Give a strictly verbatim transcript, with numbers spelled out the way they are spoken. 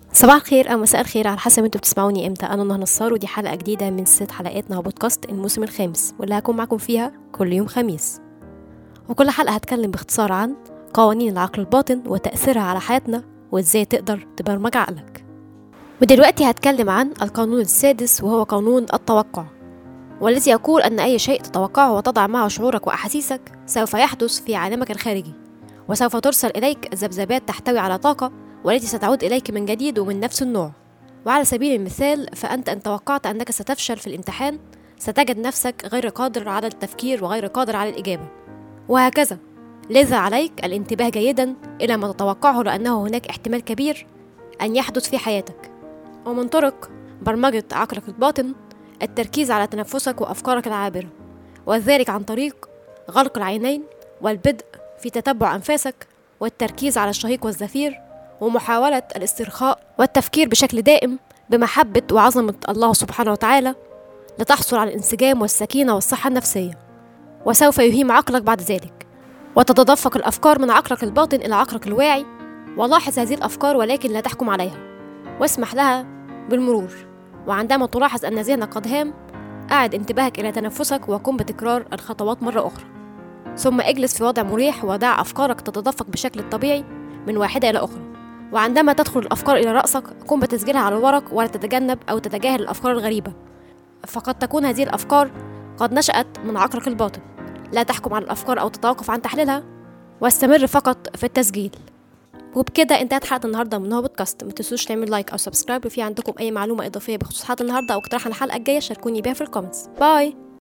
صباح الخير أو مساء الخير على حسب انتوا بتسمعوني امتى. أنا نهى نصار ودي حلقة جديدة من ست حلقات نهى بودكاست الموسم الخامس، واللي هكون معكم فيها كل يوم خميس. وكل حلقة هتكلم باختصار عن قوانين العقل الباطن وتأثيرها على حياتنا وازاي تقدر تبرمج عقلك. ودلوقتي هتكلم عن القانون السادس، وهو قانون التوقع، والذي يقول أن أي شيء تتوقعه وتضع معه شعورك وأحاسيسك سوف يحدث في عالمك الخارجي، وسوف ترسل إليك ذبذبات تحتوي على طاقة والتي ستعود إليك من جديد ومن نفس النوع. وعلى سبيل المثال، فأنت إن توقعت أنك ستفشل في الامتحان ستجد نفسك غير قادر على التفكير وغير قادر على الإجابة، وهكذا. لذا عليك الانتباه جيدا إلى ما تتوقعه، لأنه هناك احتمال كبير أن يحدث في حياتك. ومن طرق برمجة عقلك الباطن التركيز على تنفسك وأفكارك العابرة، وذلك عن طريق غلق العينين والبدء في تتبع أنفاسك والتركيز على الشهيق والزفير، ومحاولة الاسترخاء والتفكير بشكل دائم بمحبة وعظمة الله سبحانه وتعالى، لتحصل على الانسجام والسكينة والصحة النفسية. وسوف يهيم عقلك بعد ذلك، وتتدفق الأفكار من عقلك الباطن إلى عقلك الواعي. ولاحظ هذه الأفكار ولكن لا تحكم عليها، واسمح لها بالمرور. وعندما تلاحظ أن ذهنك قد هام، أعد انتباهك إلى تنفسك وقم بتكرار الخطوات مرة أخرى، ثم اجلس في وضع مريح ودع أفكارك تتدفق بشكل طبيعي من واحدة إلى أخرى. وعندما تدخل الأفكار إلى رأسك قم بتسجيلها على الورق، ولا تتجنب أو تتجاهل الأفكار الغريبة، فقد تكون هذه الأفكار قد نشأت من عقلك الباطن. لا تحكم على الأفكار أو تتوقف عن تحليلها، واستمر فقط في التسجيل. وبكده انتهت حلقة النهاردة من هو بودكاست. ما تنسوش تعمل لايك أو سبسكرايب، وفي عندكم أي معلومة إضافية بخصوص حلقة النهاردة أو اقتراح عن الحلقة الجاية شاركوني بيها في الكومنتس. باي.